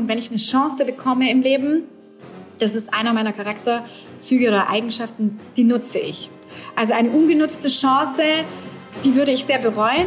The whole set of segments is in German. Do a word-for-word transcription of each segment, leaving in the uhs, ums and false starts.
Und wenn ich eine Chance bekomme im Leben, das ist einer meiner Charakterzüge oder Eigenschaften, die nutze ich. Also eine ungenutzte Chance, die würde ich sehr bereuen.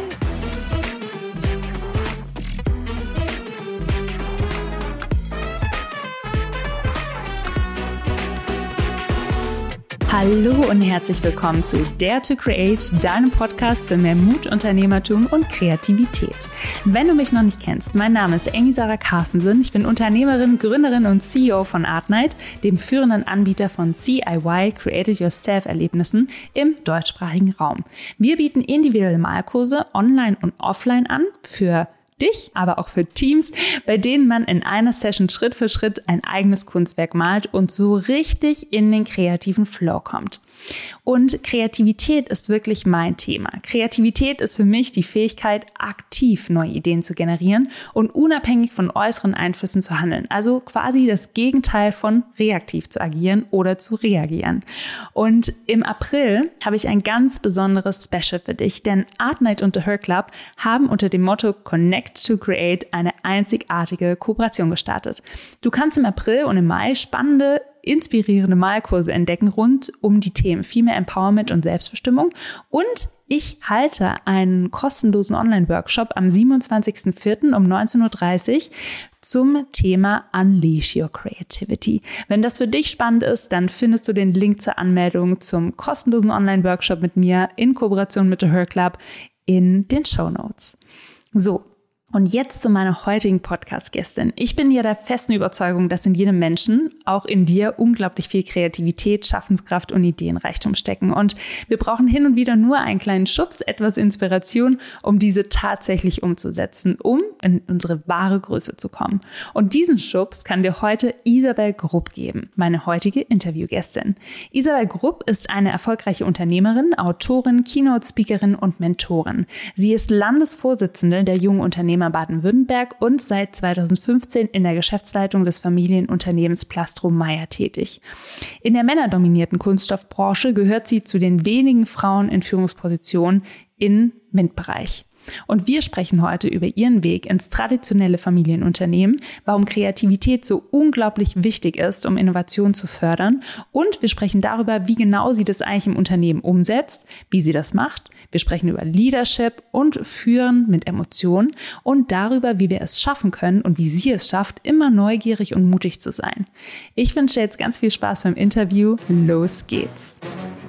Hallo und herzlich willkommen zu Dare to Create, deinem Podcast für mehr Mut, Unternehmertum und Kreativität. Wenn du mich noch nicht kennst, mein Name ist Amy Sarah Carstensen. Ich bin Unternehmerin, Gründerin und C E O von Artnight, dem führenden Anbieter von C I Y, Create Yourself Erlebnissen im deutschsprachigen Raum. Wir bieten individuelle Malkurse online und offline an für dich, aber auch für Teams, bei denen man in einer Session Schritt für Schritt ein eigenes Kunstwerk malt und so richtig in den kreativen Flow kommt. Und Kreativität ist wirklich mein Thema. Kreativität ist für mich die Fähigkeit, aktiv neue Ideen zu generieren und unabhängig von äußeren Einflüssen zu handeln. Also quasi das Gegenteil von reaktiv zu agieren oder zu reagieren. Und im April habe ich ein ganz besonderes Special für dich, denn Artnight und The Her Club haben unter dem Motto Connect to Create eine einzigartige Kooperation gestartet. Du kannst im April und im Mai spannende inspirierende Malkurse entdecken rund um die Themen Female Empowerment und Selbstbestimmung. Und ich halte einen kostenlosen Online-Workshop am siebenundzwanzigsten vierten um neunzehn Uhr dreißig zum Thema Unleash Your Creativity. Wenn das für dich spannend ist, dann findest du den Link zur Anmeldung zum kostenlosen Online-Workshop mit mir in Kooperation mit The Her Club in den Shownotes. So. Und jetzt zu meiner heutigen Podcast-Gästin. Ich bin ja der festen Überzeugung, dass in jedem Menschen, auch in dir, unglaublich viel Kreativität, Schaffenskraft und Ideenreichtum stecken. Und wir brauchen hin und wieder nur einen kleinen Schubs, etwas Inspiration, um diese tatsächlich umzusetzen, um in unsere wahre Größe zu kommen. Und diesen Schubs kann dir heute Isabel Grupp geben, meine heutige Interviewgästin. Isabel Grupp ist eine erfolgreiche Unternehmerin, Autorin, Keynote-Speakerin und Mentorin. Sie ist Landesvorsitzende der Jungen Unternehmer Baden-Württemberg und seit zweitausendfünfzehn in der Geschäftsleitung des Familienunternehmens Plastro Meyer tätig. In der männerdominierten Kunststoffbranche gehört sie zu den wenigen Frauen in Führungspositionen im M I N-Bereich. Und wir sprechen heute über ihren Weg ins traditionelle Familienunternehmen, warum Kreativität so unglaublich wichtig ist, um Innovation zu fördern. Und wir sprechen darüber, wie genau sie das eigentlich im Unternehmen umsetzt, wie sie das macht. Wir sprechen über Leadership und Führen mit Emotionen und darüber, wie wir es schaffen können und wie sie es schafft, immer neugierig und mutig zu sein. Ich wünsche jetzt ganz viel Spaß beim Interview. Los geht's!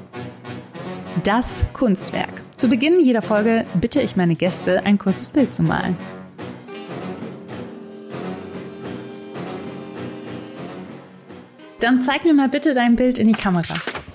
Das Kunstwerk. Zu Beginn jeder Folge bitte ich meine Gäste, ein kurzes Bild zu malen. Dann zeig mir mal bitte dein Bild in die Kamera.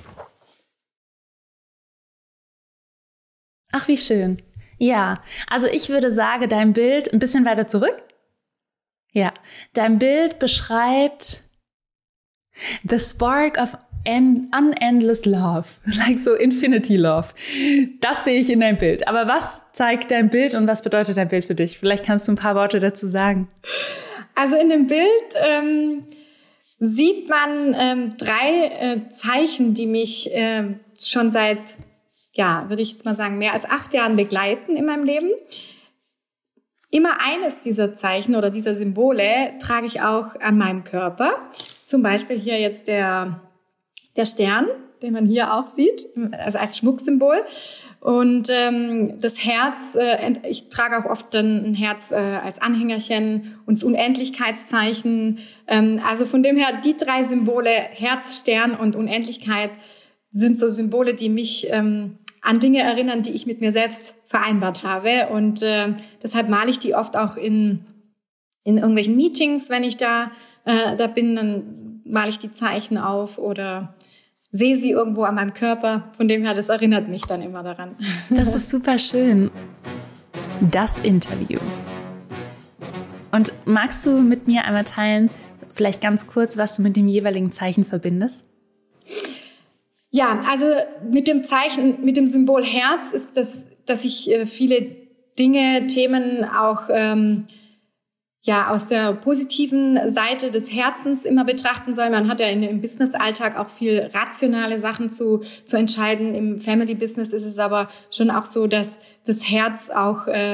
Ach, wie schön. Ja, also ich würde sagen, dein Bild, ein bisschen weiter zurück. Ja, dein Bild beschreibt the spark of And unendless love, like so infinity love. Das sehe ich in deinem Bild. Aber was zeigt dein Bild und was bedeutet dein Bild für dich? Vielleicht kannst du ein paar Worte dazu sagen. Also in dem Bild ähm, sieht man ähm, drei äh, Zeichen, die mich äh, schon seit, ja, würde ich jetzt mal sagen, mehr als acht Jahren begleiten in meinem Leben. Immer eines dieser Zeichen oder dieser Symbole trage ich auch an meinem Körper. Zum Beispiel hier jetzt der Der Stern, den man hier auch sieht, also als Schmucksymbol. Und ähm, das Herz, äh, ich trage auch oft dann ein Herz äh, als Anhängerchen und das Unendlichkeitszeichen. Ähm, also von dem her, die drei Symbole, Herz, Stern und Unendlichkeit, sind so Symbole, die mich ähm, an Dinge erinnern, die ich mit mir selbst vereinbart habe. Und äh, deshalb male ich die oft auch in, in irgendwelchen Meetings, wenn ich da, äh, da bin, dann male ich die Zeichen auf oder sehe sie irgendwo an meinem Körper. Von dem her, das erinnert mich dann immer daran. Das ist super schön. Das Interview. Und magst du mit mir einmal teilen, vielleicht ganz kurz, was du mit dem jeweiligen Zeichen verbindest? Ja, also mit dem Zeichen, mit dem Symbol Herz ist das, dass ich äh, viele Dinge, Themen auch ähm, ja aus der positiven Seite des Herzens immer betrachten soll. Man hat ja in, im Business-Alltag auch viel rationale Sachen zu zu entscheiden. Im Family-Business ist es aber schon auch so, dass das Herz auch ähm,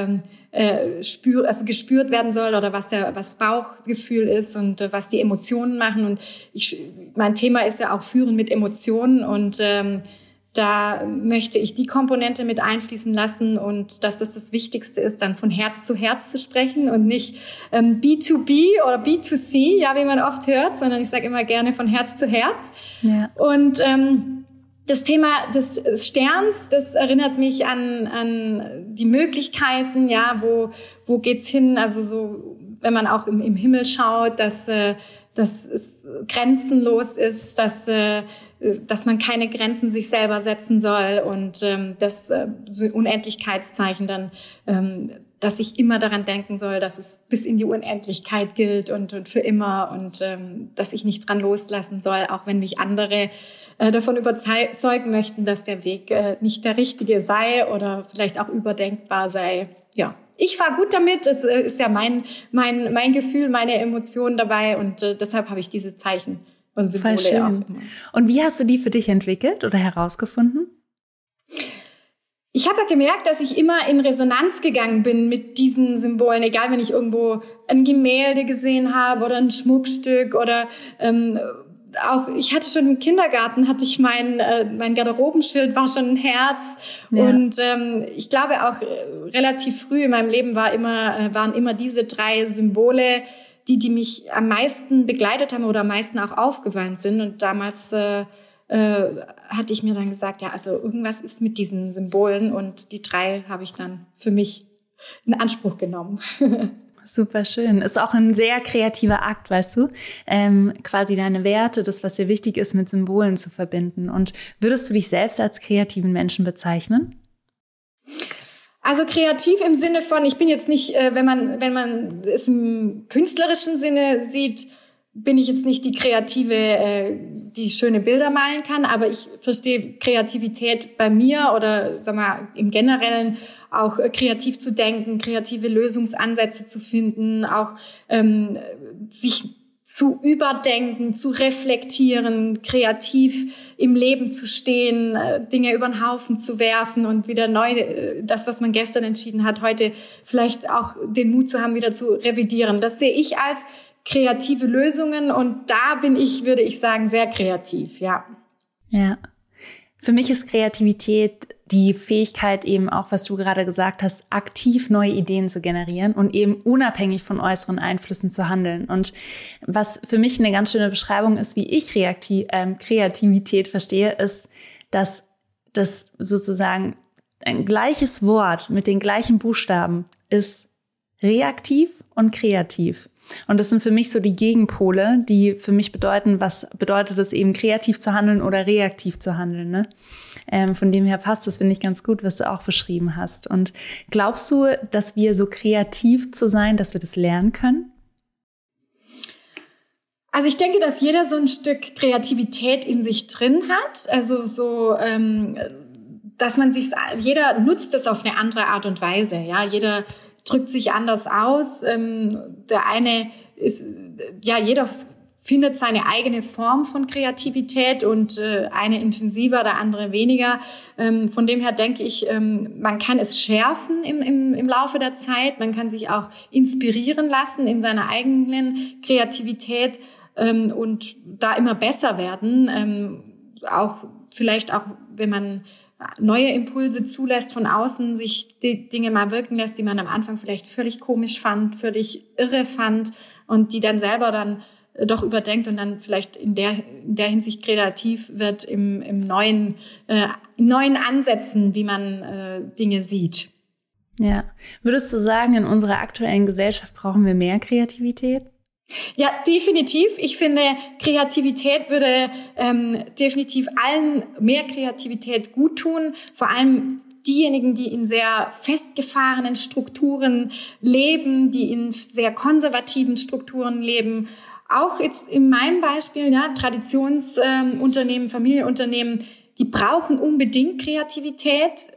äh, spür, also gespürt werden soll oder was der was Bauchgefühl ist und äh, was die Emotionen machen. Und ich, mein Thema ist ja auch Führen mit Emotionen und ähm, da möchte ich die Komponente mit einfließen lassen und dass das das Wichtigste ist, dann von Herz zu Herz zu sprechen und nicht ähm, B to B oder B to C, ja, wie man oft hört, sondern ich sage immer gerne von Herz zu Herz. Ja. Und ähm, das Thema des Sterns, das erinnert mich an an die Möglichkeiten, ja, wo wo geht's hin? Also so, wenn man auch im, im Himmel schaut, dass äh, dass es grenzenlos ist, dass äh, dass man keine Grenzen sich selber setzen soll und ähm, das äh, so Unendlichkeitszeichen dann, ähm, dass ich immer daran denken soll, dass es bis in die Unendlichkeit gilt und, und für immer und ähm, dass ich nicht dran loslassen soll, auch wenn mich andere äh, davon überzeugen möchten, dass der Weg äh, nicht der richtige sei oder vielleicht auch überdenkbar sei. Ja. Ich fahre gut damit, das ist ja mein mein mein Gefühl, meine Emotionen dabei und äh, deshalb habe ich diese Zeichen und Symbole Voll schön. auch immer. Und wie hast du die für dich entwickelt oder herausgefunden? Ich habe ja gemerkt, dass ich immer in Resonanz gegangen bin mit diesen Symbolen, egal wenn ich irgendwo ein Gemälde gesehen habe oder ein Schmuckstück oder ähm, auch, ich hatte schon im Kindergarten, hatte ich mein, äh, mein Garderobenschild war schon ein Herz. Ja. Und ähm, ich glaube auch äh, relativ früh in meinem Leben war immer, äh, waren immer diese drei Symbole, die, die mich am meisten begleitet haben oder am meisten auch aufgefallen sind. Und damals äh, äh, hatte ich mir dann gesagt, ja, also irgendwas ist mit diesen Symbolen und die drei habe ich dann für mich in Anspruch genommen. Super schön. Ist auch ein sehr kreativer Akt, weißt du, ähm, quasi deine Werte, das, was dir wichtig ist, mit Symbolen zu verbinden. Und würdest du dich selbst als kreativen Menschen bezeichnen? Also kreativ im Sinne von, ich bin jetzt nicht, äh, wenn man wenn man es im künstlerischen Sinne sieht, bin ich jetzt nicht die Kreative, äh, die schöne Bilder malen kann, aber ich verstehe Kreativität bei mir oder sag mal im Generellen auch äh, kreativ zu denken, kreative Lösungsansätze zu finden, auch ähm, sich zu überdenken, zu reflektieren, kreativ im Leben zu stehen, äh, Dinge über den Haufen zu werfen und wieder neu, äh, das, was man gestern entschieden hat, heute vielleicht auch den Mut zu haben, wieder zu revidieren. Das sehe ich als kreative Lösungen und da bin ich, würde ich sagen, sehr kreativ, ja. Ja. Für mich ist Kreativität die Fähigkeit eben auch, was du gerade gesagt hast, aktiv neue Ideen zu generieren und eben unabhängig von äußeren Einflüssen zu handeln. Und was für mich eine ganz schöne Beschreibung ist, wie ich Reaktiv, ähm, Kreativität verstehe, ist, dass das sozusagen ein gleiches Wort mit den gleichen Buchstaben ist reaktiv und kreativ. Und das sind für mich so die Gegenpole, die für mich bedeuten, was bedeutet es eben, kreativ zu handeln oder reaktiv zu handeln. Ne? Ähm, von dem her passt das, finde ich, ganz gut, was du auch beschrieben hast. Und glaubst du, dass wir so kreativ zu sein, dass wir das lernen können? Also ich denke, dass jeder so ein Stück Kreativität in sich drin hat. Also so, ähm, dass man sich, jeder nutzt es auf eine andere Art und Weise. Ja, jeder drückt sich anders aus. Ähm, der eine ist, ja, jeder f- findet seine eigene Form von Kreativität und äh, eine intensiver, der andere weniger. Ähm, von dem her denke ich, ähm, man kann es schärfen im, im, im Laufe der Zeit. Man kann sich auch inspirieren lassen in seiner eigenen Kreativität ähm, und da immer besser werden. Ähm, auch vielleicht auch, wenn man neue Impulse zulässt von außen, sich die Dinge mal wirken lässt, die man am Anfang vielleicht völlig komisch fand, völlig irre fand und die dann selber dann doch überdenkt und dann vielleicht in der in der Hinsicht kreativ wird im im neuen äh, in neuen Ansätzen, wie man äh, Dinge sieht. Ja, würdest du sagen, in unserer aktuellen Gesellschaft brauchen wir mehr Kreativität? Ja, definitiv. Ich finde, Kreativität würde ähm, definitiv allen mehr Kreativität gut tun. Vor allem diejenigen, die in sehr festgefahrenen Strukturen leben, die in sehr konservativen Strukturen leben. Auch jetzt in meinem Beispiel, ja, Traditionsunternehmen, ähm, Familienunternehmen, die brauchen unbedingt Kreativität.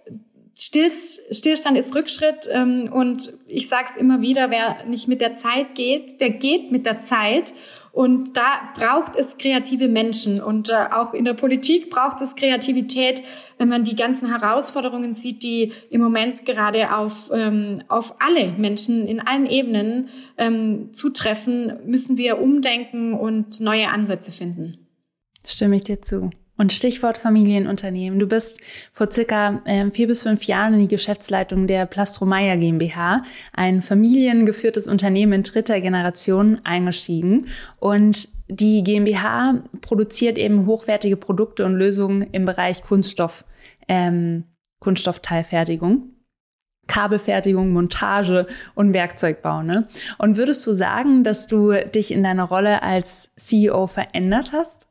Stillstand ist Rückschritt, ähm, und ich sage es immer wieder, wer nicht mit der Zeit geht, der geht mit der Zeit. Und da braucht es kreative Menschen und äh, auch in der Politik braucht es Kreativität, wenn man die ganzen Herausforderungen sieht, die im Moment gerade auf ähm, auf alle Menschen in allen Ebenen ähm, zutreffen, müssen wir umdenken und neue Ansätze finden. Stimme ich dir zu. Und Stichwort Familienunternehmen. Du bist vor circa äh, vier bis fünf Jahren in die Geschäftsleitung der Plastromeyer GmbH, ein familiengeführtes Unternehmen in dritter Generation, eingestiegen. Und die GmbH produziert eben hochwertige Produkte und Lösungen im Bereich Kunststoff, ähm, Kunststoffteilfertigung, Kabelfertigung, Montage und Werkzeugbau. Ne? Und würdest du sagen, dass du dich in deiner Rolle als C E O verändert hast?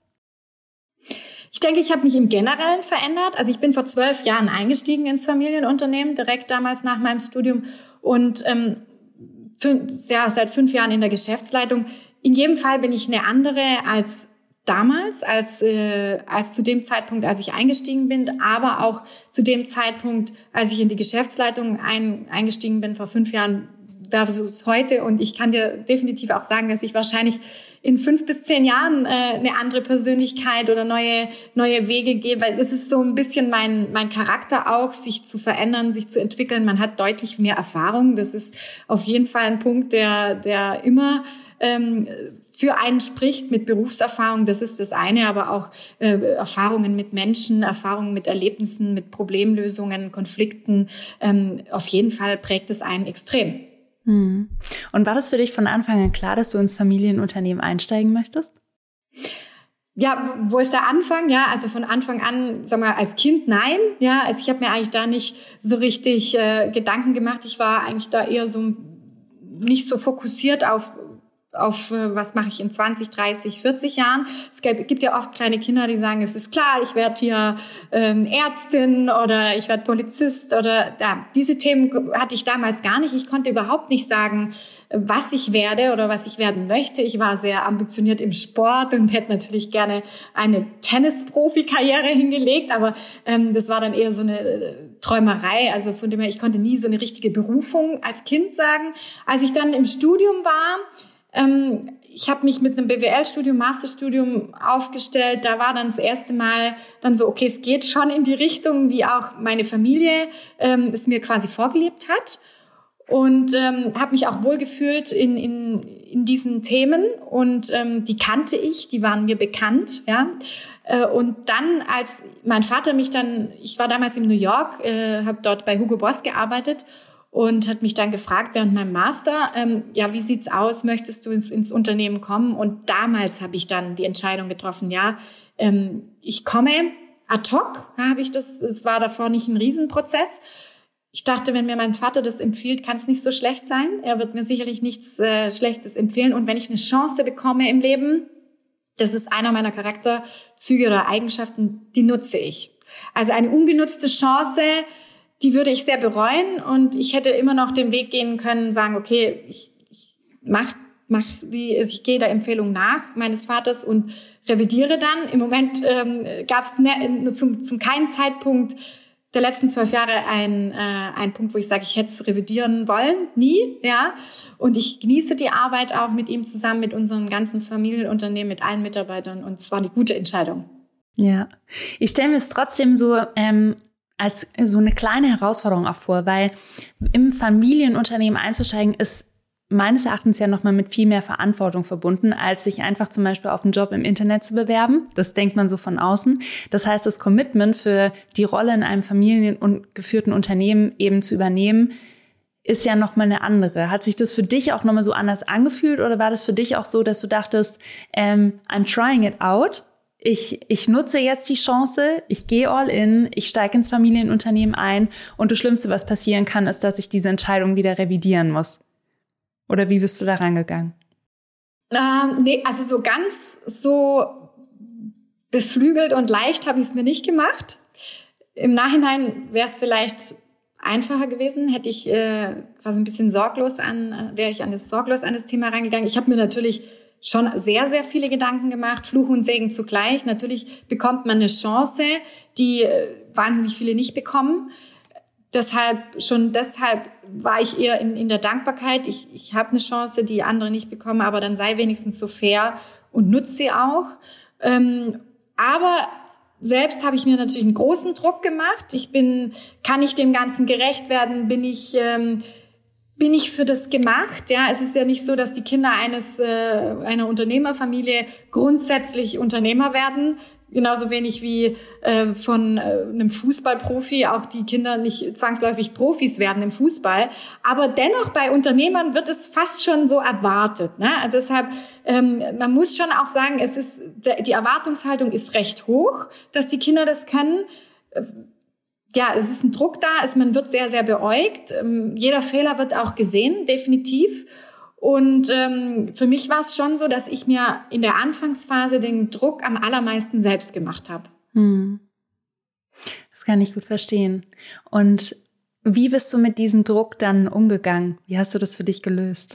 Ich denke, ich habe mich im Generellen verändert. Also ich bin vor zwölf Jahren eingestiegen ins Familienunternehmen, direkt damals nach meinem Studium und ähm, fünf, ja, seit fünf Jahren in der Geschäftsleitung. In jedem Fall bin ich eine andere als damals, als, äh, als zu dem Zeitpunkt, als ich eingestiegen bin, aber auch zu dem Zeitpunkt, als ich in die Geschäftsleitung ein, eingestiegen bin, vor fünf Jahren versus heute. Und ich kann dir definitiv auch sagen, dass ich wahrscheinlich in fünf bis zehn Jahren äh, eine andere Persönlichkeit oder neue neue Wege gehe, weil es ist so ein bisschen mein mein Charakter auch, sich zu verändern, sich zu entwickeln. Man hat deutlich mehr Erfahrung. Das ist auf jeden Fall ein Punkt, der der immer ähm, für einen spricht mit Berufserfahrung. Das ist das eine, aber auch äh, Erfahrungen mit Menschen, Erfahrungen mit Erlebnissen, mit Problemlösungen, Konflikten. Ähm, auf jeden Fall prägt es einen extrem. Und war das für dich von Anfang an klar, dass du ins Familienunternehmen einsteigen möchtest? Ja, wo ist der Anfang? Ja, also von Anfang an, sag mal, als Kind nein. Ja, also ich habe mir eigentlich da nicht so richtig äh, Gedanken gemacht. Ich war eigentlich da eher so nicht so fokussiert auf auf was mache ich in zwanzig, dreißig, vierzig Jahren. Es gibt ja oft kleine Kinder, die sagen, es ist klar, ich werde hier ähm, Ärztin oder ich werde Polizist oder ja, diese Themen hatte ich damals gar nicht. Ich konnte überhaupt nicht sagen, was ich werde oder was ich werden möchte. Ich war sehr ambitioniert im Sport und hätte natürlich gerne eine Tennisprofi-Karriere hingelegt, aber ähm, das war dann eher so eine äh, Träumerei. Also von dem her, ich konnte nie so eine richtige Berufung als Kind sagen. Als ich dann im Studium war, Ähm, ich habe mich mit einem B W L-Studium, Masterstudium aufgestellt. Da war dann das erste Mal dann so, okay, es geht schon in die Richtung, wie auch meine Familie ähm, es mir quasi vorgelebt hat. Und ähm, habe mich auch wohlgefühlt in, in, in diesen Themen. Und ähm, die kannte ich, die waren mir bekannt. Ja. Äh, und dann, als mein Vater mich dann, ich war damals in New York, äh, habe dort bei Hugo Boss gearbeitet, und hat mich dann gefragt während meinem Master, ähm, ja, wie sieht's aus? Möchtest du ins, ins Unternehmen kommen? Und damals habe ich dann die Entscheidung getroffen, ja, ähm, ich komme ad hoc, ja, habe ich das, es war davor nicht ein Riesenprozess. Ich dachte, wenn mir mein Vater das empfiehlt, kann es nicht so schlecht sein. Er wird mir sicherlich nichts äh, Schlechtes empfehlen. Und wenn ich eine Chance bekomme im Leben, das ist einer meiner Charakterzüge oder Eigenschaften, die nutze ich. Also eine ungenutzte Chance, die würde ich sehr bereuen und ich hätte immer noch den Weg gehen können, sagen, okay, ich, ich mach, mach die, ich gehe der Empfehlung nach meines Vaters und revidiere dann. Im Moment ähm, gab es ne, zum, zum keinen Zeitpunkt der letzten zwölf Jahre ein, äh, ein Punkt, wo ich sage, ich hätte es revidieren wollen, nie, ja. Und ich genieße die Arbeit auch mit ihm zusammen, mit unserem ganzen Familienunternehmen, mit allen Mitarbeitern und es war eine gute Entscheidung. Ja, ich stelle mir es trotzdem so ähm, als so eine kleine Herausforderung auch vor, weil im Familienunternehmen einzusteigen ist meines Erachtens ja nochmal mit viel mehr Verantwortung verbunden, als sich einfach zum Beispiel auf einen Job im Internet zu bewerben. Das denkt man so von außen. Das heißt, das Commitment für die Rolle in einem familiengeführten Unternehmen eben zu übernehmen, ist ja nochmal eine andere. Hat sich das für dich auch nochmal so anders angefühlt oder war das für dich auch so, dass du dachtest, ähm, I'm trying it out? Ich, ich nutze jetzt die Chance, ich gehe all in, ich steige ins Familienunternehmen ein und das Schlimmste, was passieren kann, ist, dass ich diese Entscheidung wieder revidieren muss. Oder wie bist du da rangegangen? Ähm, nee, also so ganz so beflügelt und leicht habe ich es mir nicht gemacht. Im Nachhinein wäre es vielleicht einfacher gewesen, hätte ich äh, quasi ein bisschen sorglos an, wäre ich an das sorglos an das Thema reingegangen. Ich habe mir natürlich schon sehr, sehr viele Gedanken gemacht, Fluch und Segen zugleich. Natürlich bekommt man eine Chance, die äh, wahnsinnig viele nicht bekommen. deshalb, schon deshalb war ich eher in, in der Dankbarkeit. Ich, ich habe eine Chance, die andere nicht bekommen, aber dann sei wenigstens so fair und nutze sie auch. Ähm, aber selbst habe ich mir natürlich einen großen Druck gemacht. Ich bin, kann ich dem Ganzen gerecht werden? Bin ich, ähm, bin ich für das gemacht? Ja, es ist ja nicht so, dass die Kinder eines äh, einer Unternehmerfamilie grundsätzlich Unternehmer werden. Genauso wenig wie äh, von äh, einem Fußballprofi auch die Kinder nicht zwangsläufig Profis werden im Fußball. Aber dennoch bei Unternehmern wird es fast schon so erwartet. Ne? Also deshalb, ähm, man muss schon auch sagen, es ist die Erwartungshaltung ist recht hoch, dass die Kinder das können. Ja, es ist ein Druck da, es, man wird sehr, sehr beäugt. Ähm, jeder Fehler wird auch gesehen, definitiv. Und ähm, für mich war es schon so, dass ich mir in der Anfangsphase den Druck am allermeisten selbst gemacht habe. Hm. Das kann ich gut verstehen. Und wie bist du mit diesem Druck dann umgegangen? Wie hast du das für dich gelöst?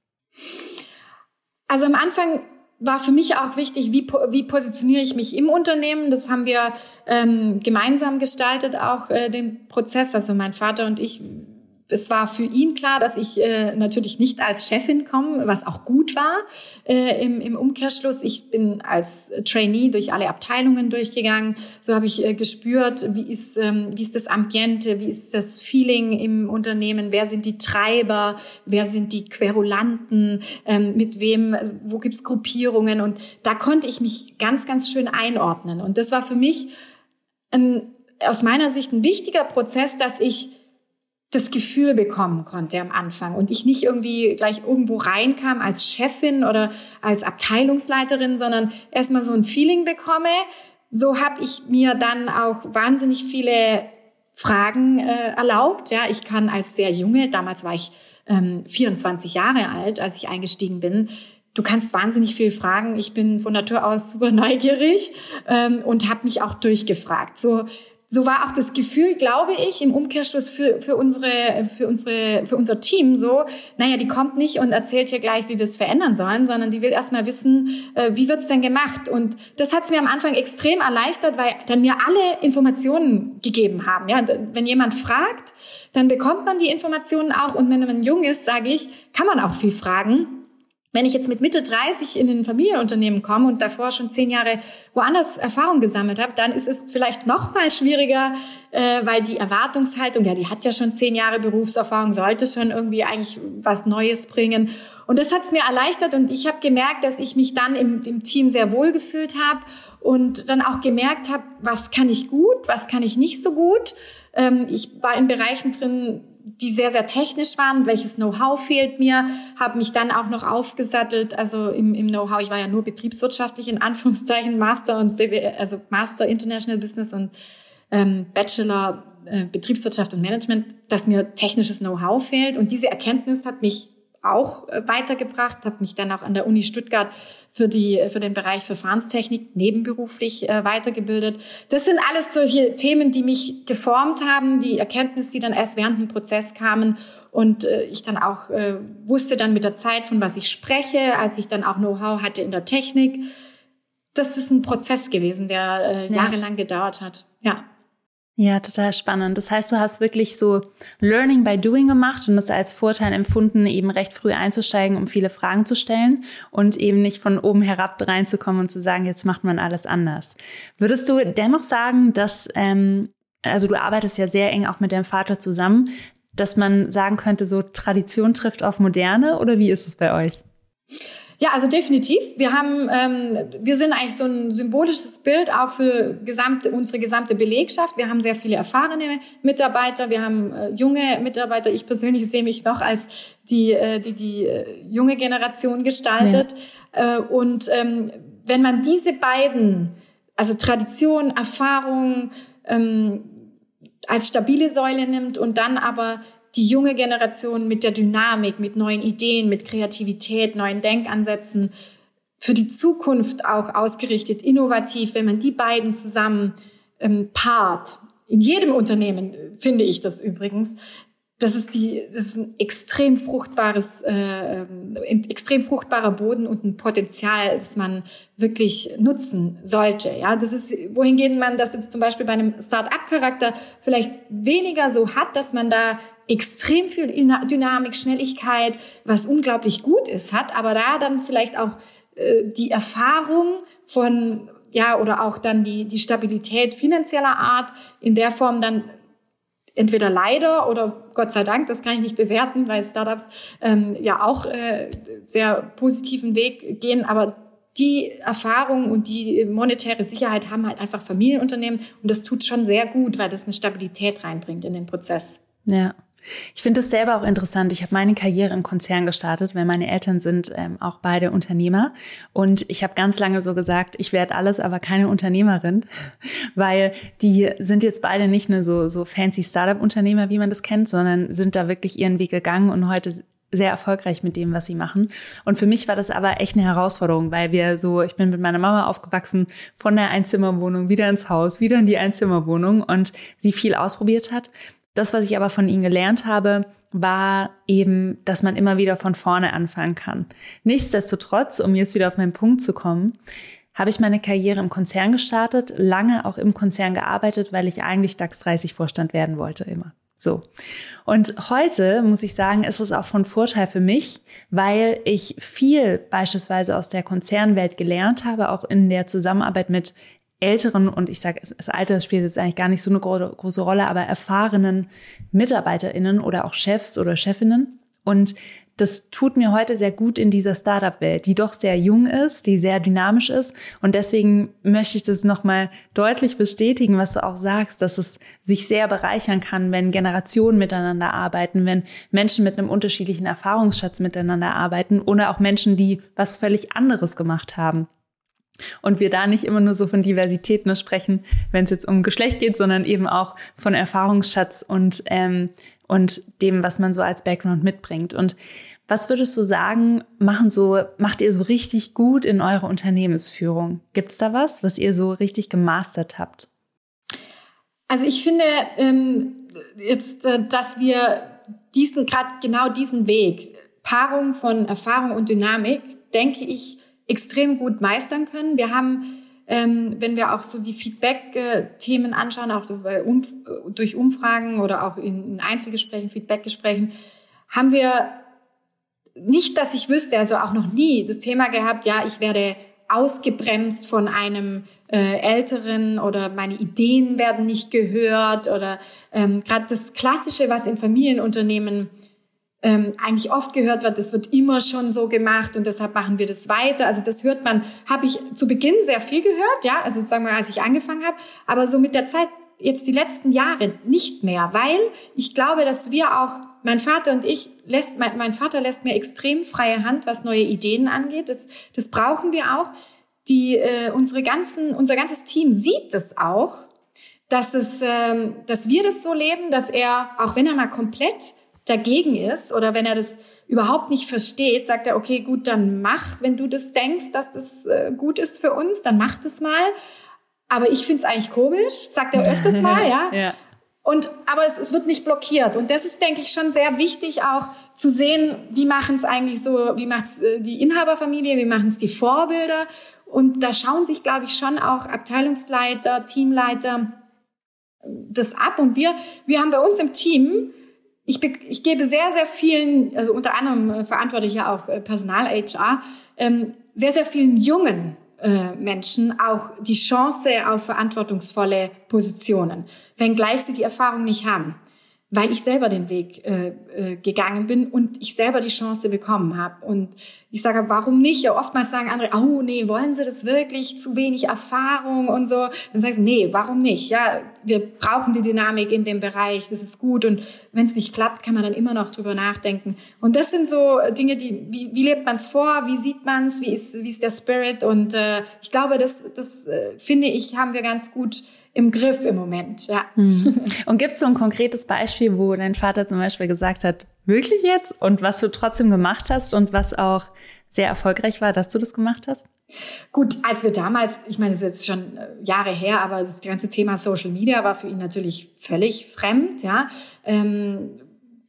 Also am Anfang war für mich auch wichtig, wie, wie positioniere ich mich im Unternehmen. Das haben wir ähm, gemeinsam gestaltet, auch äh, den Prozess. Also mein Vater und ich, es war für ihn klar, dass ich äh, natürlich nicht als Chefin komme, was auch gut war äh, im, im Umkehrschluss. Ich bin als Trainee durch alle Abteilungen durchgegangen. So habe ich äh, gespürt, wie ist, ähm, wie ist das Ambiente, wie ist das Feeling im Unternehmen, wer sind die Treiber, wer sind die Querulanten, ähm, mit wem, also wo gibt's Gruppierungen. Und da konnte ich mich ganz, ganz schön einordnen. Und das war für mich ein, aus meiner Sicht ein wichtiger Prozess, dass ich das Gefühl bekommen konnte am Anfang und ich nicht irgendwie gleich irgendwo reinkam als Chefin oder als Abteilungsleiterin, sondern erstmal so ein Feeling bekomme. So habe ich mir dann auch wahnsinnig viele Fragen äh, erlaubt. Ja, ich kann als sehr junge, damals war ich ähm, vierundzwanzig Jahre alt, als ich eingestiegen bin. Du kannst wahnsinnig viel fragen. Ich bin von Natur aus super neugierig ähm, und habe mich auch durchgefragt. So So war auch das Gefühl, glaube ich, im Umkehrschluss für, für unsere, für unsere, für unser Team so, naja, die kommt nicht und erzählt hier gleich, wie wir es verändern sollen, sondern die will erstmal wissen, äh, wie wird's denn gemacht? Und das hat's mir am Anfang extrem erleichtert, weil dann mir alle Informationen gegeben haben. Ja, wenn jemand fragt, dann bekommt man die Informationen auch. Und wenn man jung ist, sage ich, kann man auch viel fragen. Wenn ich jetzt mit Mitte dreißig in ein Familienunternehmen komme und davor schon zehn Jahre woanders Erfahrung gesammelt habe, dann ist es vielleicht noch mal schwieriger, äh, weil die Erwartungshaltung, ja, die hat ja schon zehn Jahre Berufserfahrung, sollte schon irgendwie eigentlich was Neues bringen. Und das hat es mir erleichtert und ich habe gemerkt, dass ich mich dann im, im Team sehr wohl gefühlt habe und dann auch gemerkt habe, was kann ich gut, was kann ich nicht so gut. Ähm, ich war in Bereichen drin, die sehr, sehr technisch waren. Welches Know-how fehlt mir? Habe mich dann auch noch aufgesattelt, also im, im Know-how. Ich war ja nur betriebswirtschaftlich, in Anführungszeichen, Master und B W, also Master International Business und ähm, Bachelor äh, Betriebswirtschaft und Management, dass mir technisches Know-how fehlt. Und diese Erkenntnis hat mich auch äh, weitergebracht, habe mich dann auch an der Uni Stuttgart für die für den Bereich Verfahrenstechnik nebenberuflich äh, weitergebildet. Das sind alles solche Themen, die mich geformt haben, die Erkenntnis, die dann erst während dem Prozess kamen und äh, ich dann auch äh, wusste dann mit der Zeit, von was ich spreche, als ich dann auch Know-how hatte in der Technik. Das ist ein Prozess gewesen, der äh, ja. jahrelang gedauert hat. Ja. Ja, total spannend. Das heißt, du hast wirklich so Learning by Doing gemacht und das als Vorteil empfunden, eben recht früh einzusteigen, um viele Fragen zu stellen und eben nicht von oben herab reinzukommen und zu sagen, jetzt macht man alles anders. Würdest du dennoch sagen, dass, ähm, also du arbeitest ja sehr eng auch mit deinem Vater zusammen, dass man sagen könnte, so Tradition trifft auf Moderne oder wie ist es bei euch? Ja, also definitiv. Wir haben, ähm, wir sind eigentlich so ein symbolisches Bild auch für gesamte, unsere gesamte Belegschaft. Wir haben sehr viele erfahrene Mitarbeiter, wir haben äh, junge Mitarbeiter. Ich persönlich sehe mich noch als die, äh, die die äh, junge Generation gestaltet. Ja. Äh, und ähm, wenn man diese beiden, also Tradition, Erfahrung, ähm, als stabile Säule nimmt und dann aber die junge Generation mit der Dynamik, mit neuen Ideen, mit Kreativität, neuen Denkansätzen, für die Zukunft auch ausgerichtet, innovativ, wenn man die beiden zusammen ähm, paart, in jedem Unternehmen finde ich das übrigens, das ist die, das ist ein extrem fruchtbares, äh, ein extrem fruchtbarer Boden und ein Potenzial, das man wirklich nutzen sollte. Ja, das ist, wohingegen man das jetzt zum Beispiel bei einem Start-up-Charakter vielleicht weniger so hat, dass man da extrem viel Dynamik, Schnelligkeit, was unglaublich gut ist, hat, aber da dann vielleicht auch äh, die Erfahrung von, ja, oder auch dann die, die Stabilität finanzieller Art in der Form dann entweder leider oder Gott sei Dank, das kann ich nicht bewerten, weil Startups ähm, ja auch äh, sehr positiven Weg gehen, aber die Erfahrung und die monetäre Sicherheit haben halt einfach Familienunternehmen und das tut schon sehr gut, weil das eine Stabilität reinbringt in den Prozess. Ja. Ich finde es selber auch interessant. Ich habe meine Karriere im Konzern gestartet, weil meine Eltern sind ähm, auch beide Unternehmer. Und ich habe ganz lange so gesagt, ich werde alles, aber keine Unternehmerin, weil die sind jetzt beide nicht nur so, so fancy Startup-Unternehmer, wie man das kennt, sondern sind da wirklich ihren Weg gegangen und heute sehr erfolgreich mit dem, was sie machen. Und für mich war das aber echt eine Herausforderung, weil wir so, ich bin mit meiner Mama aufgewachsen, von der Einzimmerwohnung wieder ins Haus, wieder in die Einzimmerwohnung und sie viel ausprobiert hat. Das, was ich aber von ihnen gelernt habe, war eben, dass man immer wieder von vorne anfangen kann. Nichtsdestotrotz, um jetzt wieder auf meinen Punkt zu kommen, habe ich meine Karriere im Konzern gestartet, lange auch im Konzern gearbeitet, weil ich eigentlich DAX dreißig Vorstand werden wollte immer. So. Und heute, muss ich sagen, ist es auch von Vorteil für mich, weil ich viel beispielsweise aus der Konzernwelt gelernt habe, auch in der Zusammenarbeit mit älteren, und ich sage, das Alter spielt jetzt eigentlich gar nicht so eine große Rolle, aber erfahrenen MitarbeiterInnen oder auch Chefs oder Chefinnen. Und das tut mir heute sehr gut in dieser Startup-Welt, die doch sehr jung ist, die sehr dynamisch ist. Und deswegen möchte ich das nochmal deutlich bestätigen, was du auch sagst, dass es sich sehr bereichern kann, wenn Generationen miteinander arbeiten, wenn Menschen mit einem unterschiedlichen Erfahrungsschatz miteinander arbeiten oder auch Menschen, die was völlig anderes gemacht haben. Und wir da nicht immer nur so von Diversität nur sprechen, wenn es jetzt um Geschlecht geht, sondern eben auch von Erfahrungsschatz und ähm, und dem, was man so als Background mitbringt. Und was würdest du sagen, machen so macht ihr so richtig gut in eurer Unternehmensführung? Gibt's da was, was ihr so richtig gemastert habt? Also ich finde ähm, jetzt, äh, dass wir diesen gerade genau diesen Weg, Paarung von Erfahrung und Dynamik, denke ich, extrem gut meistern können. Wir haben, ähm, wenn wir auch so die Feedback-Themen anschauen, auch so bei Umf- durch Umfragen oder auch in, in Einzelgesprächen, Feedbackgesprächen, haben wir nicht, dass ich wüsste, also auch noch nie das Thema gehabt, ja, ich werde ausgebremst von einem äh, Älteren oder meine Ideen werden nicht gehört oder ähm, gerade das Klassische, was in Familienunternehmen Ähm, eigentlich oft gehört wird, das wird immer schon so gemacht und deshalb machen wir das weiter. Also das hört man, habe ich zu Beginn sehr viel gehört, ja, also sagen wir, als ich angefangen habe, aber so mit der Zeit, jetzt die letzten Jahre nicht mehr, weil ich glaube, dass wir auch, mein Vater und ich, lässt, mein, mein Vater lässt mir extrem freie Hand, was neue Ideen angeht, das, das brauchen wir auch. Die, äh, unsere ganzen, unser ganzes Team sieht das auch, dass es, ähm, dass wir das so leben, dass er, auch wenn er mal komplett dagegen ist oder wenn er das überhaupt nicht versteht, sagt er, okay, gut, dann mach, wenn du das denkst, dass das äh, gut ist für uns, dann mach das mal. Aber ich find's eigentlich komisch, sagt er öfters mal, ja. ja. Und aber es, es wird nicht blockiert. Und das ist, denke ich, schon sehr wichtig, auch zu sehen, wie machen es eigentlich so, wie macht's äh, die Inhaberfamilie, wie machen es die Vorbilder. Und da schauen sich, glaube ich, schon auch Abteilungsleiter, Teamleiter das ab. Und wir, wir haben bei uns im Team Ich, be- ich gebe sehr, sehr vielen, also unter anderem äh, verantworte ich ja auch äh, Personal-H R, ähm, sehr, sehr vielen jungen äh, Menschen auch die Chance auf verantwortungsvolle Positionen, wenngleich sie die Erfahrung nicht haben, weil ich selber den Weg äh, äh, gegangen bin und ich selber die Chance bekommen habe. Und ich sage, warum nicht? Ja, oftmals sagen andere, oh nee, wollen Sie das wirklich? Zu wenig Erfahrung und so. Dann sage ich, nee, warum nicht? Ja, wir brauchen die Dynamik in dem Bereich, das ist gut. Und wenn es nicht klappt, kann man dann immer noch drüber nachdenken. Und das sind so Dinge, die, wie, wie lebt man es vor? Wie sieht man es? Wie ist, wie ist der Spirit? Und äh, ich glaube, das, das äh, finde ich, haben wir ganz gut im Griff im Moment, ja. Und gibt es so ein konkretes Beispiel, wo dein Vater zum Beispiel gesagt hat, wirklich jetzt? Und was du trotzdem gemacht hast und was auch sehr erfolgreich war, dass du das gemacht hast? Gut, als wir damals, ich meine, das ist jetzt schon Jahre her, aber das ganze Thema Social Media war für ihn natürlich völlig fremd, ja. Ähm,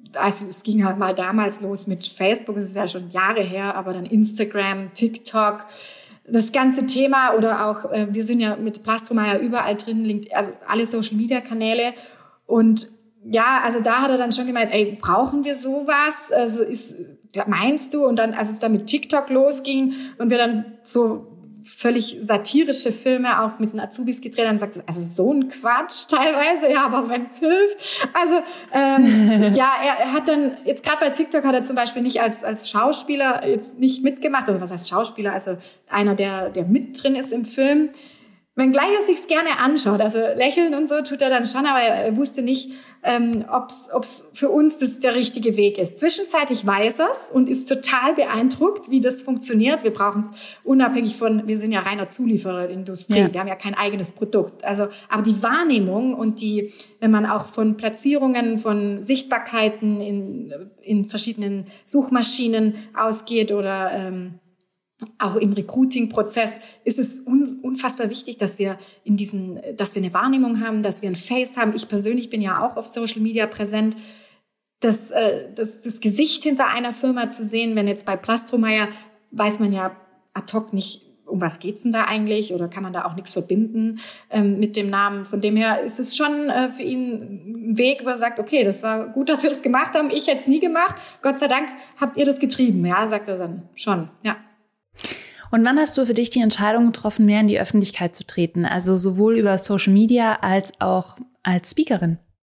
also es ging halt mal damals los mit Facebook, das ist ja schon Jahre her, aber dann Instagram, TikTok, das ganze Thema oder auch, äh, wir sind ja mit Plastromeyer überall drin, liegt, also alle Social-Media-Kanäle und ja, also da hat er dann schon gemeint, ey, brauchen wir sowas? Also ist, meinst du? Und dann, als es dann mit TikTok losging und wir dann so völlig satirische Filme auch mit den Azubis gedreht haben, sagt er, also so ein Quatsch teilweise, ja, aber wenn es hilft. Also ähm, ja, er, er hat dann, jetzt gerade bei TikTok hat er zum Beispiel nicht als als Schauspieler jetzt nicht mitgemacht, oder was heißt Schauspieler, also einer, der der mit drin ist im Film, wenngleich er sich's gerne anschaut, also lächeln und so tut er dann schon, aber er wusste nicht, ähm, ob's ob's für uns das der richtige Weg ist. Zwischenzeitlich weiß er's und ist total beeindruckt, wie das funktioniert. Wir brauchen es unabhängig von, wir sind ja reiner Zulieferer der Industrie, ja. Wir haben ja kein eigenes Produkt. Also, aber die Wahrnehmung und die, wenn man auch von Platzierungen, von Sichtbarkeiten in in verschiedenen Suchmaschinen ausgeht oder ähm, auch im Recruiting-Prozess ist es uns unfassbar wichtig, dass wir in diesen, dass wir eine Wahrnehmung haben, dass wir ein Face haben. Ich persönlich bin ja auch auf Social Media präsent. Das, das, das Gesicht hinter einer Firma zu sehen, wenn jetzt bei Plastromeyer weiß man ja ad hoc nicht, um was geht's denn da eigentlich, oder kann man da auch nichts verbinden ähm, mit dem Namen. Von dem her ist es schon äh, für ihn ein Weg, wo er sagt, okay, das war gut, dass wir das gemacht haben. Ich hätte es nie gemacht. Gott sei Dank habt ihr das getrieben. Ja, sagt er dann schon, ja. Und wann hast du für dich die Entscheidung getroffen, mehr in die Öffentlichkeit zu treten? Also sowohl über Social Media als auch als Speakerin?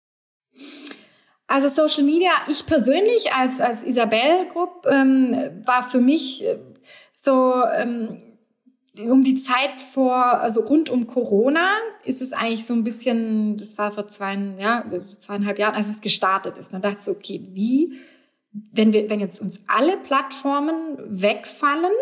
Also Social Media, ich persönlich als als Isabel Group ähm, war für mich so ähm, um die Zeit vor, also rund um Corona ist es eigentlich so ein bisschen, das war vor zwei, ja, zweieinhalb Jahren, als es gestartet ist. Dann dachte ich so, okay, wie, wenn wir, wenn jetzt uns alle Plattformen wegfallen,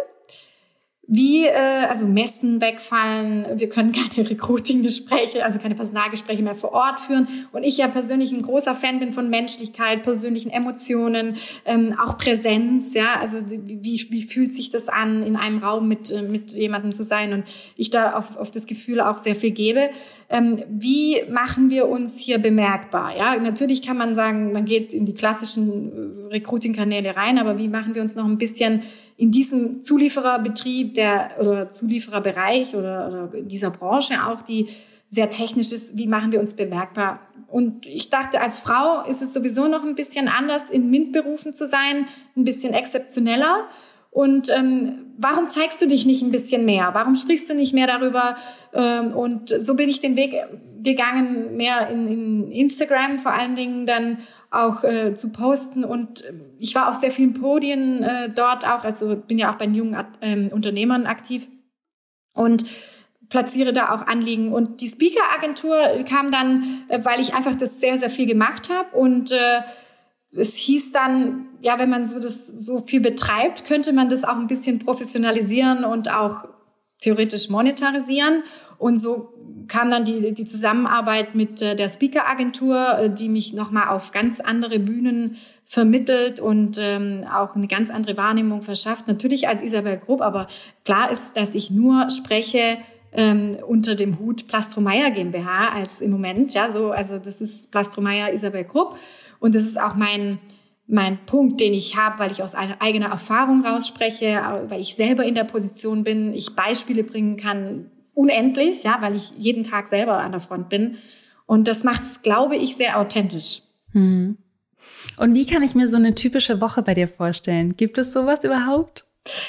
wie, äh, also Messen wegfallen, wir können keine Recruiting-Gespräche, also keine Personalgespräche mehr vor Ort führen. Und ich ja persönlich ein großer Fan bin von Menschlichkeit, persönlichen Emotionen, ähm, auch Präsenz, ja, also wie, wie fühlt sich das an, in einem Raum mit, mit jemandem zu sein, und ich da auf, auf das Gefühl auch sehr viel gebe. Ähm, wie machen wir uns hier bemerkbar? Ja, natürlich kann man sagen, man geht in die klassischen Recruiting-Kanäle rein, aber wie machen wir uns noch ein bisschen in diesem Zuliefererbetrieb, der oder Zuliefererbereich oder, oder in dieser Branche auch, die sehr technisch ist, wie machen wir uns bemerkbar? Und ich dachte, als Frau ist es sowieso noch ein bisschen anders, in MINT-Berufen zu sein, ein bisschen exzeptioneller. Und ähm, warum zeigst du dich nicht ein bisschen mehr? Warum sprichst du nicht mehr darüber? Ähm, und so bin ich den Weg gegangen, mehr in, in Instagram vor allen Dingen dann auch äh, zu posten. Und ich war auf sehr vielen Podien äh, dort auch, also bin ja auch bei den jungen äh, Unternehmern aktiv und platziere da auch Anliegen. Und die Speaker-Agentur kam dann, äh, weil ich einfach das sehr, sehr viel gemacht habe. Und äh, es hieß dann, ja, wenn man so das so viel betreibt, könnte man das auch ein bisschen professionalisieren und auch theoretisch monetarisieren. Und so kam dann die, die Zusammenarbeit mit der Speaker-Agentur, die mich nochmal auf ganz andere Bühnen vermittelt und ähm, auch eine ganz andere Wahrnehmung verschafft. Natürlich als Isabel Group, aber klar ist, dass ich nur spreche ähm, unter dem Hut Plastromeyer GmbH als im Moment. Ja, so, also das ist Plastromeyer Isabel Group. Und das ist auch mein mein Punkt, den ich habe, weil ich aus einer eigener Erfahrung rausspreche, weil ich selber in der Position bin, ich Beispiele bringen kann, unendlich, ja, weil ich jeden Tag selber an der Front bin. Und das macht es, glaube ich, sehr authentisch. Hm. Und wie kann ich mir so eine typische Woche bei dir vorstellen? Gibt es sowas überhaupt?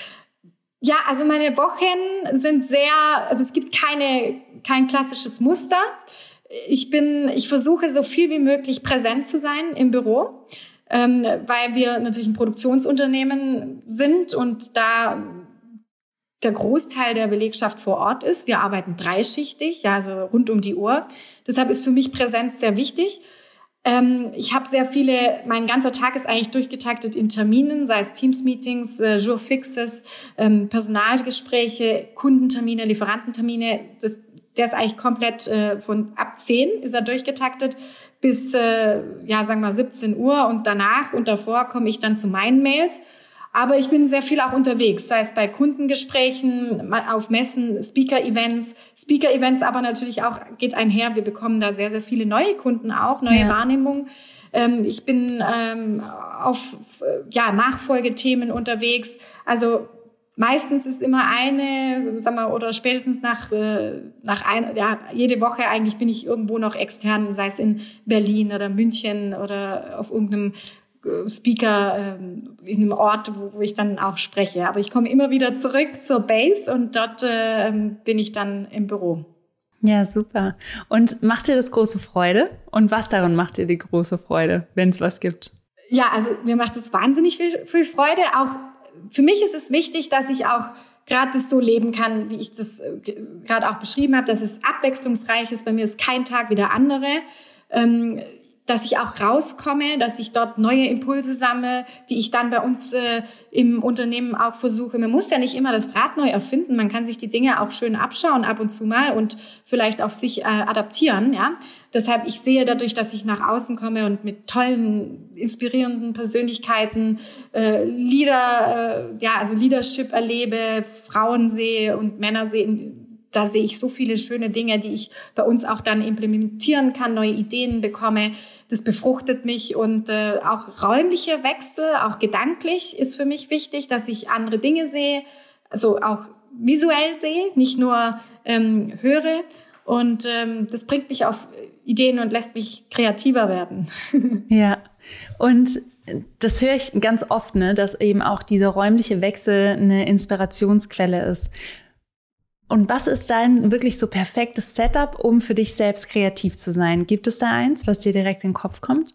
Ja, also meine Wochen sind sehr, also es gibt keine kein klassisches Muster. Ich bin, ich versuche so viel wie möglich präsent zu sein im Büro, ähm, weil wir natürlich ein Produktionsunternehmen sind und da der Großteil der Belegschaft vor Ort ist. Wir arbeiten dreischichtig, ja, also rund um die Uhr. Deshalb ist für mich Präsenz sehr wichtig. Ähm, ich habe sehr viele, mein ganzer Tag ist eigentlich durchgetaktet in Terminen, sei es Teams-Meetings, äh, Jour-Fixes, ähm, Personalgespräche, Kundentermine, Lieferantentermine. Das Der ist eigentlich komplett äh, von ab zehn ist er durchgetaktet bis, äh, ja, sagen wir siebzehn Uhr, und danach und davor komme ich dann zu meinen Mails. Aber ich bin sehr viel auch unterwegs, sei es bei Kundengesprächen, auf Messen, Speaker-Events. Speaker-Events aber natürlich auch geht einher. Wir bekommen da sehr, sehr viele neue Kunden auch, neue ja. Wahrnehmungen. Ähm, ich bin ähm, auf ja, Nachfolgethemen unterwegs. Also meistens ist immer eine, sagen wir, oder spätestens nach, äh, nach ein, ja, jede Woche eigentlich bin ich irgendwo noch extern, sei es in Berlin oder München oder auf irgendeinem Speaker ähm, in einem Ort, wo, wo ich dann auch spreche. Aber ich komme immer wieder zurück zur Base und dort äh, bin ich dann im Büro. Ja, super. Und macht dir das große Freude? Und was daran macht dir die große Freude, wenn es was gibt? Ja, also mir macht es wahnsinnig viel, viel Freude. Auch für mich ist es wichtig, dass ich auch gerade das so leben kann, wie ich das äh, gerade auch beschrieben habe, dass es abwechslungsreich ist. Bei mir ist kein Tag wie der andere. Ähm, dass ich auch rauskomme, dass ich dort neue Impulse sammle, die ich dann bei uns äh, im Unternehmen auch versuche. Man muss ja nicht immer das Rad neu erfinden, man kann sich die Dinge auch schön abschauen ab und zu mal und vielleicht auf sich äh, adaptieren. Ja, deshalb, ich sehe dadurch, dass ich nach außen komme und mit tollen, inspirierenden Persönlichkeiten äh, Leader, äh, ja, also Leadership erlebe, Frauen sehe und Männer sehe. Da sehe ich so viele schöne Dinge, die ich bei uns auch dann implementieren kann, neue Ideen bekomme. Das befruchtet mich und äh, auch räumliche Wechsel, auch gedanklich ist für mich wichtig, dass ich andere Dinge sehe, also auch visuell sehe, nicht nur ähm, höre. Und ähm, das bringt mich auf Ideen und lässt mich kreativer werden. Ja, und das höre ich ganz oft, ne, dass eben auch dieser räumliche Wechsel eine Inspirationsquelle ist. Und was ist dein wirklich so perfektes Setup, um für dich selbst kreativ zu sein? Gibt es da eins, was dir direkt in den Kopf kommt?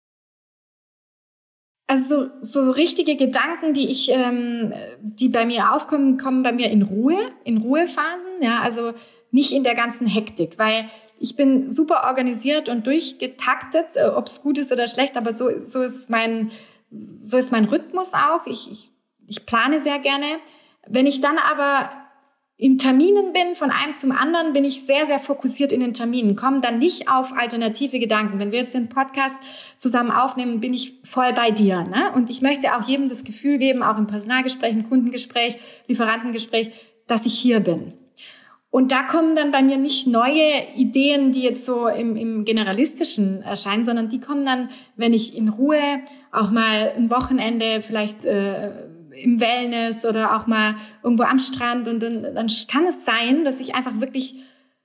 Also so, so richtige Gedanken, die ich, ähm, die bei mir aufkommen, kommen bei mir in Ruhe, in Ruhephasen. Ja, also nicht in der ganzen Hektik, weil ich bin super organisiert und durchgetaktet, ob es gut ist oder schlecht, aber so, so ist mein, so ist mein Rhythmus auch. Ich, ich, ich plane sehr gerne. Wenn ich dann aber in Terminen bin, von einem zum anderen, bin ich sehr, sehr fokussiert in den Terminen, komme dann nicht auf alternative Gedanken. Wenn wir jetzt den Podcast zusammen aufnehmen, bin ich voll bei dir, ne? Und ich möchte auch jedem das Gefühl geben, auch im Personalgespräch, im Kundengespräch, Lieferantengespräch, dass ich hier bin. Und da kommen dann bei mir nicht neue Ideen, die jetzt so im, im Generalistischen erscheinen, sondern die kommen dann, wenn ich in Ruhe auch mal ein Wochenende vielleicht äh, im Wellness oder auch mal irgendwo am Strand und dann, dann kann es sein, dass ich einfach wirklich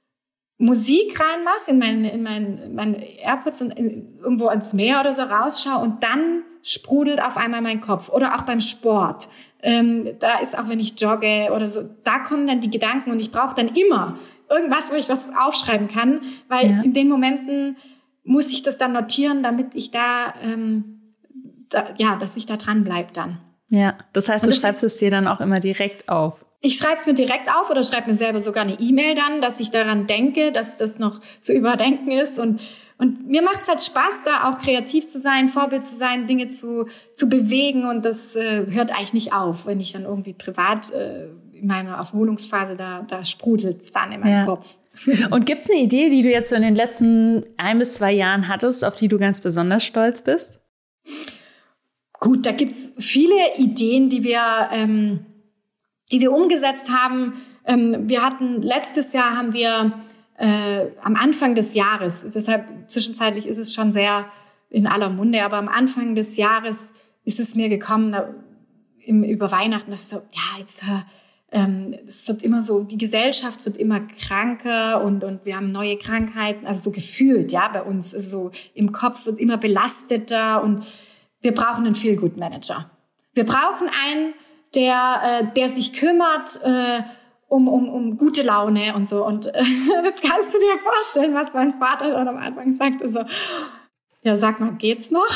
Musik reinmache in meine, in meine, in meine AirPods und in, irgendwo ans Meer oder so rausschaue und dann sprudelt auf einmal mein Kopf. Oder auch beim Sport. Ähm, da ist auch, wenn ich jogge oder so, da kommen dann die Gedanken und ich brauche dann immer irgendwas, wo ich was aufschreiben kann, weil ja. in den Momenten muss ich das dann notieren, damit ich da, ähm, da ja, dass ich da dran bleibe dann. Ja, das heißt, du das schreibst es dir dann auch immer direkt auf. Ich schreibe es mir direkt auf oder schreibe mir selber sogar eine E-Mail dann, dass ich daran denke, dass das noch zu überdenken ist. Und, und mir macht es halt Spaß, da auch kreativ zu sein, Vorbild zu sein, Dinge zu, zu bewegen. Und das äh, hört eigentlich nicht auf, wenn ich dann irgendwie privat äh, in meiner Erholungsphase, da, da sprudelt es dann in meinem ja. Kopf. Und gibt's eine Idee, die du jetzt so in den letzten ein bis zwei Jahren hattest, auf die du ganz besonders stolz bist? Gut, da gibt's viele Ideen, die wir, ähm, die wir umgesetzt haben. Ähm, wir hatten letztes Jahr haben wir äh, am Anfang des Jahres, deshalb zwischenzeitlich ist es schon sehr in aller Munde, aber am Anfang des Jahres ist es mir gekommen da, im, über Weihnachten, dass so, ja jetzt ähm, es wird immer so, die Gesellschaft wird immer kranker und und wir haben neue Krankheiten, also so gefühlt, ja, bei uns also so im Kopf wird immer belasteter und wir brauchen einen Feel-Good-Manager. Wir brauchen einen, der, äh, der sich kümmert äh, um, um, um gute Laune und so. Und äh, jetzt kannst du dir vorstellen, was mein Vater dann am Anfang sagte, so, ja, sag mal, geht's noch?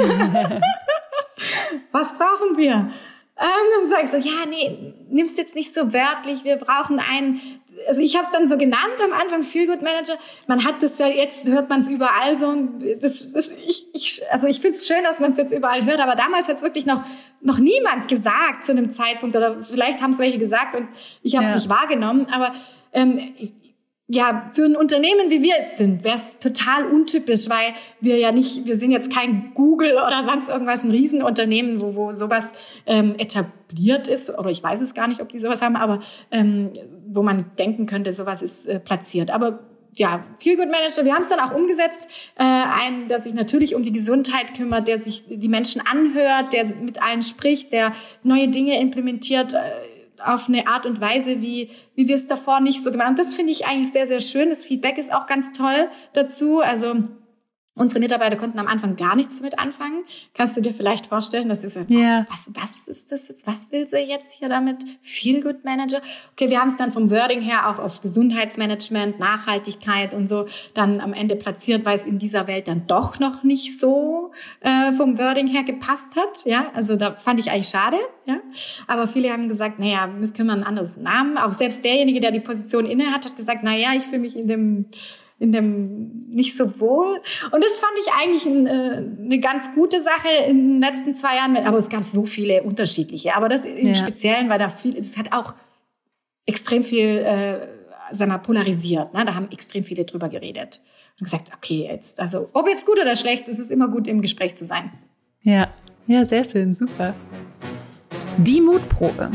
Was brauchen wir? Ähm, dann sag ich so, ja, nee, nimm's jetzt nicht so wörtlich. Wir brauchen einen, also ich habe es dann so genannt am Anfang, Feel-Good-Manager. Man hat das ja, jetzt hört man es überall so. Das, das, ich, ich, also ich finde es schön, dass man es jetzt überall hört, aber damals hat es wirklich noch noch niemand gesagt zu einem Zeitpunkt oder vielleicht haben es welche gesagt und ich habe es ja. nicht wahrgenommen. Aber ähm, ja, für ein Unternehmen, wie wir es sind, wäre es total untypisch, weil wir ja nicht, wir sind jetzt kein Google oder sonst irgendwas, ein Riesenunternehmen, wo, wo sowas ähm, etabliert ist, oder ich weiß es gar nicht, ob die sowas haben, aber ähm, wo man denken könnte, sowas ist äh, platziert. Aber ja, Feel-Good-Manager. Wir haben es dann auch umgesetzt. Äh, einen, der sich natürlich um die Gesundheit kümmert, der sich die Menschen anhört, der mit allen spricht, der neue Dinge implementiert äh, auf eine Art und Weise, wie wie wir es davor nicht so gemacht haben. Das finde ich eigentlich sehr, sehr schön. Das Feedback ist auch ganz toll dazu. Also unsere Mitarbeiter konnten am Anfang gar nichts damit anfangen. Kannst du dir vielleicht vorstellen, das ist ja, was, yeah. was, was ist das jetzt? Was will sie jetzt hier damit? Feel-Good-Manager? Okay, wir haben es dann vom Wording her auch auf Gesundheitsmanagement, Nachhaltigkeit und so dann am Ende platziert, weil es in dieser Welt dann doch noch nicht so äh, vom Wording her gepasst hat. Ja, also da fand ich eigentlich schade. Ja, aber viele haben gesagt, naja, müssen können wir einen anderen Namen. Auch selbst derjenige, der die Position inne hat, hat gesagt, naja, ich fühle mich in dem in dem nicht so wohl. Und das fand ich eigentlich ein, äh, eine ganz gute Sache in den letzten zwei Jahren. Aber es gab so viele unterschiedliche. Aber das im ja. Speziellen, weil da viel, das hat auch extrem viel, äh, sagen wir, polarisiert. Ne? Da haben extrem viele drüber geredet und gesagt, okay, jetzt, also ob jetzt gut oder schlecht, es ist immer gut, im Gespräch zu sein. Ja, ja, sehr schön, super. Die Mutprobe.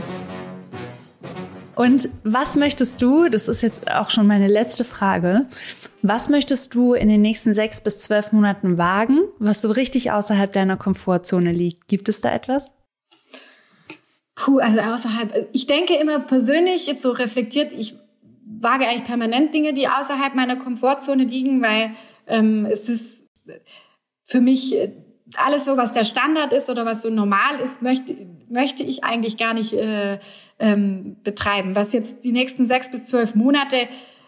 Und was möchtest du, das ist jetzt auch schon meine letzte Frage, was möchtest du in den nächsten sechs bis zwölf Monaten wagen, was so richtig außerhalb deiner Komfortzone liegt? Gibt es da etwas? Puh, also außerhalb, ich denke immer persönlich, jetzt so reflektiert, ich wage eigentlich permanent Dinge, die außerhalb meiner Komfortzone liegen, weil ähm, es ist für mich alles so, was der Standard ist oder was so normal ist, möchte, möchte ich eigentlich gar nicht äh, ähm, betreiben. Was jetzt die nächsten sechs bis zwölf Monate,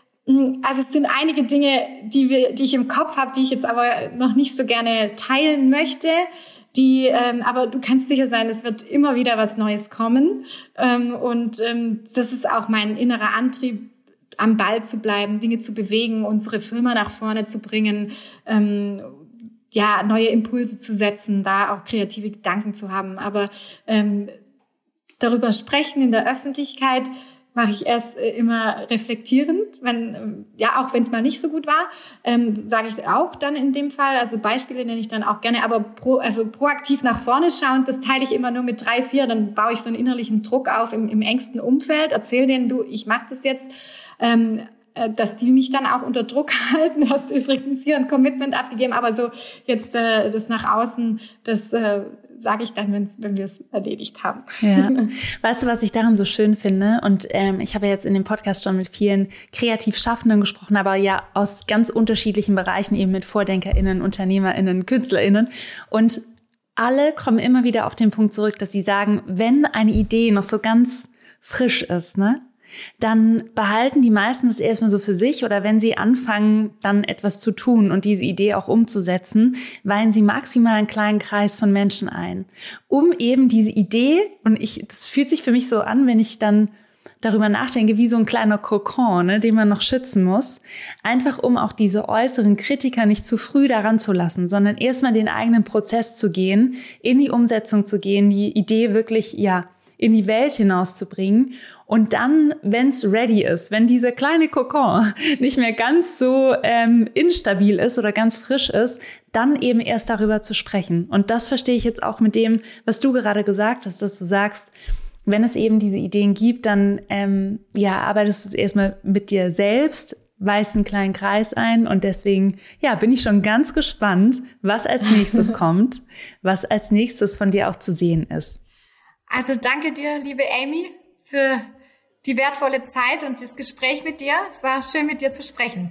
also es sind einige Dinge, die wir, die ich im Kopf habe, die ich jetzt aber noch nicht so gerne teilen möchte. Die, ähm, aber du kannst sicher sein, es wird immer wieder was Neues kommen. Ähm, und ähm, das ist auch mein innerer Antrieb, am Ball zu bleiben, Dinge zu bewegen, unsere Firma nach vorne zu bringen, ähm, ja, neue Impulse zu setzen, da auch kreative Gedanken zu haben. Aber ähm, darüber sprechen in der Öffentlichkeit mache ich erst äh, immer reflektierend, wenn ähm, ja auch wenn es mal nicht so gut war, ähm, sage ich auch dann in dem Fall. Also Beispiele nenne ich dann auch gerne, aber pro, also proaktiv nach vorne schauend, das teile ich immer nur mit drei, vier. Dann baue ich so einen innerlichen Druck auf im, im engsten Umfeld. Erzähl denen, du, ich mache das jetzt. Ähm, dass die mich dann auch unter Druck halten. Du hast übrigens hier ein Commitment abgegeben, aber so jetzt äh, das nach außen, das äh, sage ich dann, wenn's, wenn wir es erledigt haben. Ja. Weißt du, was ich daran so schön finde? Und ähm, ich habe ja jetzt in dem Podcast schon mit vielen kreativ Schaffenden gesprochen, aber ja aus ganz unterschiedlichen Bereichen, eben mit VordenkerInnen, UnternehmerInnen, KünstlerInnen. Und alle kommen immer wieder auf den Punkt zurück, dass sie sagen, wenn eine Idee noch so ganz frisch ist, ne? Dann behalten die meisten das erstmal so für sich oder wenn sie anfangen, dann etwas zu tun und diese Idee auch umzusetzen, weihen sie maximal einen kleinen Kreis von Menschen ein, um eben diese Idee, und ich, das fühlt sich für mich so an, wenn ich dann darüber nachdenke, wie so ein kleiner Kokon, ne, den man noch schützen muss, einfach um auch diese äußeren Kritiker nicht zu früh daran zu lassen, sondern erstmal den eigenen Prozess zu gehen, in die Umsetzung zu gehen, die Idee wirklich, ja, in die Welt hinauszubringen und dann, wenn es ready ist, wenn dieser kleine Kokon nicht mehr ganz so ähm, instabil ist oder ganz frisch ist, dann eben erst darüber zu sprechen. Und das verstehe ich jetzt auch mit dem, was du gerade gesagt hast, dass du sagst, wenn es eben diese Ideen gibt, dann ähm, ja, arbeitest du es erstmal mit dir selbst, weist einen kleinen Kreis ein und deswegen ja, bin ich schon ganz gespannt, was als nächstes kommt, was als nächstes von dir auch zu sehen ist. Also danke dir, liebe Amy, für die wertvolle Zeit und das Gespräch mit dir. Es war schön, mit dir zu sprechen.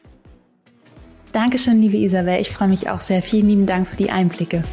Dankeschön, liebe Isabel. Ich freue mich auch sehr. Vielen lieben Dank für die Einblicke.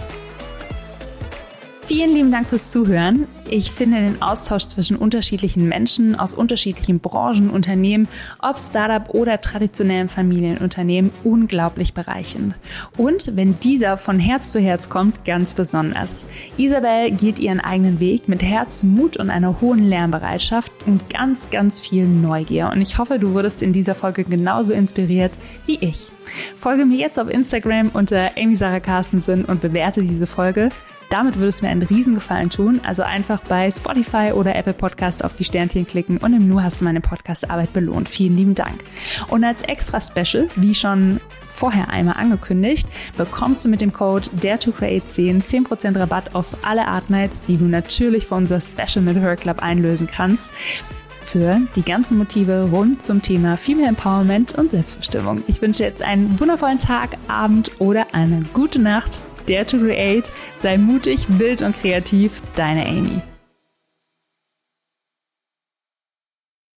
Vielen lieben Dank fürs Zuhören. Ich finde den Austausch zwischen unterschiedlichen Menschen aus unterschiedlichen Branchen, Unternehmen, ob Startup oder traditionellen Familienunternehmen, unglaublich bereichernd. Und wenn dieser von Herz zu Herz kommt, ganz besonders. Isabel geht ihren eigenen Weg mit Herz, Mut und einer hohen Lernbereitschaft und ganz, ganz viel Neugier. Und ich hoffe, du wurdest in dieser Folge genauso inspiriert wie ich. Folge mir jetzt auf Instagram unter Amy Sarah Carstensen und bewerte diese Folge. Damit würdest du mir einen Riesengefallen tun, also einfach bei Spotify oder Apple Podcast auf die Sternchen klicken und im Nu hast du meine Podcast-Arbeit belohnt. Vielen lieben Dank. Und als extra Special, wie schon vorher einmal angekündigt, bekommst du mit dem Code Dare to Create zehn zehn Prozent Rabatt auf alle Art Nights, die du natürlich für unser Special mit Her Club einlösen kannst. für die ganzen Motive rund zum Thema Female Empowerment und Selbstbestimmung. Ich wünsche jetzt einen wundervollen Tag, Abend oder eine gute Nacht. Dare to Create. Sei mutig, wild und kreativ. Deine Amy.